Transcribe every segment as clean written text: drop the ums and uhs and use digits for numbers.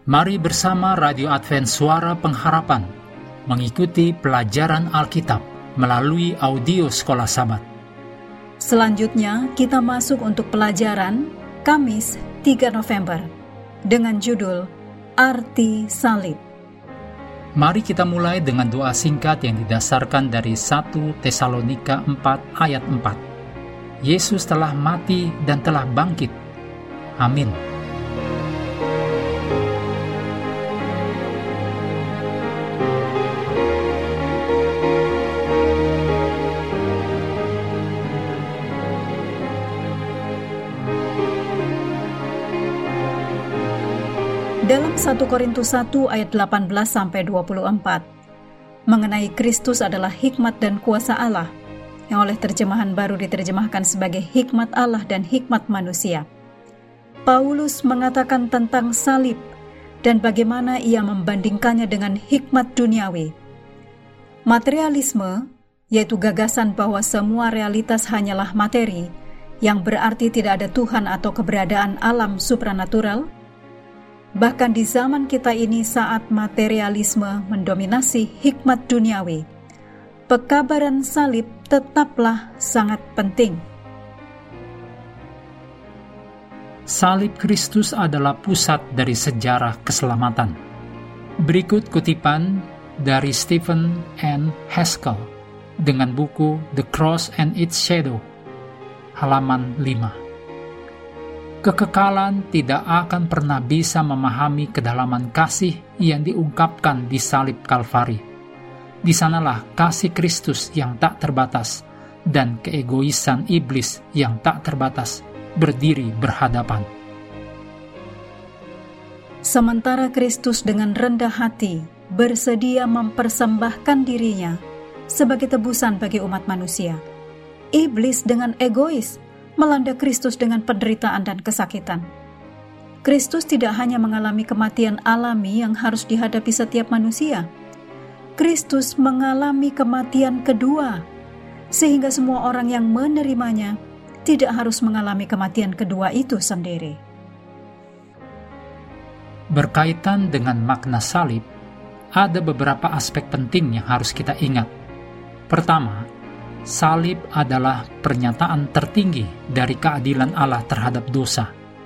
Mari bersama Radio Advent Suara Pengharapan mengikuti pelajaran Alkitab melalui audio Sekolah Sabat. Selanjutnya kita masuk untuk pelajaran Kamis 3 November dengan judul Arti Salib. Mari kita mulai dengan doa singkat yang didasarkan dari 1 Tesalonika 4 ayat 4. Yesus telah mati dan telah bangkit. Amin. Dalam 1 Korintus 1 ayat 18-24, mengenai Kristus adalah hikmat dan kuasa Allah, yang oleh terjemahan baru diterjemahkan sebagai hikmat Allah dan hikmat manusia. Paulus mengatakan tentang salib dan bagaimana ia membandingkannya dengan hikmat duniawi. Materialisme, yaitu gagasan bahwa semua realitas hanyalah materi, yang berarti tidak ada Tuhan atau keberadaan alam supranatural. Bahkan di zaman kita ini saat materialisme mendominasi hikmat duniawi, pekabaran salib tetaplah sangat penting. Salib Kristus adalah pusat dari sejarah keselamatan. Berikut kutipan dari Stephen N. Haskell dengan buku The Cross and Its Shadow, halaman 5. Kekekalan tidak akan pernah bisa memahami kedalaman kasih yang diungkapkan di salib Kalvari. Di sanalah kasih Kristus yang tak terbatas dan keegoisan iblis yang tak terbatas berdiri berhadapan. Sementara Kristus dengan rendah hati bersedia mempersembahkan dirinya sebagai tebusan bagi umat manusia, iblis dengan egois melanda Kristus dengan penderitaan dan kesakitan. Kristus tidak hanya mengalami kematian alami yang harus dihadapi setiap manusia. Kristus mengalami kematian kedua, sehingga semua orang yang menerimanya tidak harus mengalami kematian kedua itu sendiri. Berkaitan dengan makna salib, ada beberapa aspek penting yang harus kita ingat. Pertama, salib adalah pernyataan tertinggi dari keadilan Allah terhadap dosa.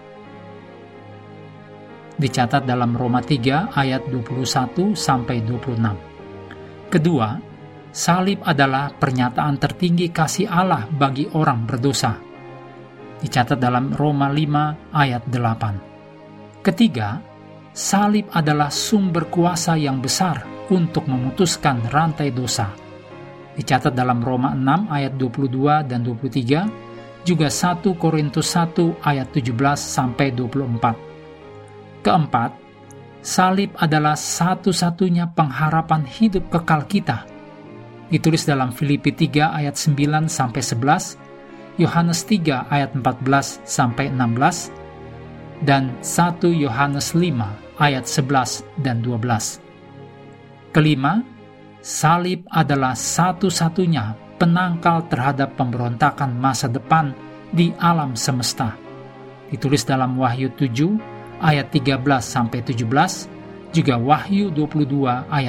Dicatat dalam Roma 3 ayat 21-26. Kedua, salib adalah pernyataan tertinggi kasih Allah bagi orang berdosa. Dicatat dalam Roma 5 ayat 8. Ketiga, salib adalah sumber kuasa yang besar untuk memutuskan rantai dosa. Dicatat dalam Roma 6 ayat 22 dan 23, juga 1 Korintus 1 ayat 17-24. Keempat, salib adalah satu-satunya pengharapan hidup kekal kita. Ditulis dalam Filipi 3 ayat 9-11, Yohanes 3 ayat 14-16, dan 1 Yohanes 5 ayat 11 dan 12. Kelima, salib adalah satu-satunya penangkal terhadap pemberontakan masa depan di alam semesta. Ditulis dalam Wahyu 7 ayat 13-17, juga Wahyu 22 ayat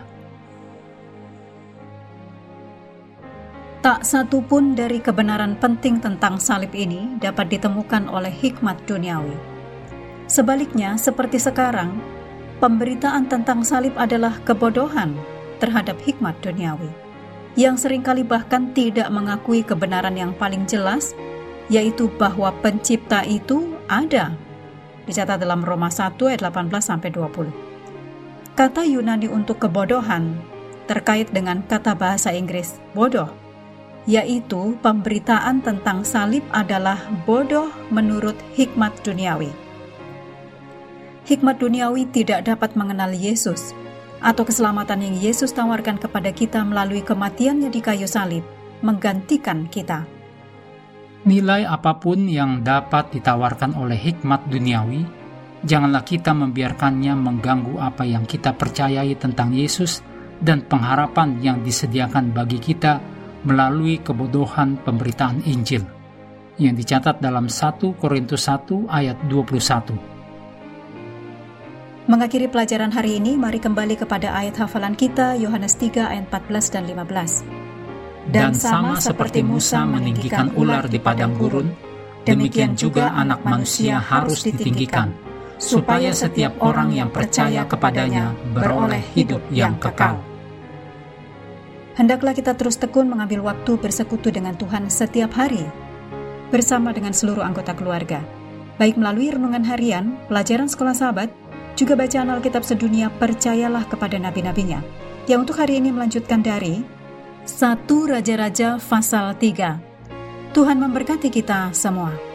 3. Tak satu pun dari kebenaran penting tentang salib ini dapat ditemukan oleh hikmat duniawi. Sebaliknya, seperti sekarang, pemberitaan tentang salib adalah kebodohan terhadap hikmat duniawi, yang seringkali bahkan tidak mengakui kebenaran yang paling jelas, yaitu bahwa pencipta itu ada. Dicatat dalam Roma 1 ayat 18-20. Kata Yunani untuk kebodohan terkait dengan kata bahasa Inggris bodoh, yaitu pemberitaan tentang salib adalah bodoh menurut hikmat duniawi. Hikmat duniawi tidak dapat mengenal Yesus atau keselamatan yang Yesus tawarkan kepada kita melalui kematiannya di kayu salib, menggantikan kita. Nilai apapun yang dapat ditawarkan oleh hikmat duniawi, janganlah kita membiarkannya mengganggu apa yang kita percayai tentang Yesus dan pengharapan yang disediakan bagi kita melalui kebodohan pemberitaan Injil, yang dicatat dalam 1 Korintus 1 ayat 21. Mengakhiri pelajaran hari ini, mari kembali kepada ayat hafalan kita, Yohanes 3 ayat 14 dan 15. Dan sama seperti Musa meninggikan ular di padang gurun, demikian juga Anak Manusia harus ditinggikan, supaya setiap orang yang percaya kepadanya beroleh hidup yang kekal. Hendaklah kita terus tekun mengambil waktu bersekutu dengan Tuhan setiap hari, bersama dengan seluruh anggota keluarga, baik melalui renungan harian, pelajaran sekolah sahabat, juga bacaan Alkitab sedunia Percayalah kepada nabi-nabinya, yang untuk hari ini melanjutkan dari 1 Raja-Raja pasal 3. Tuhan memberkati kita semua.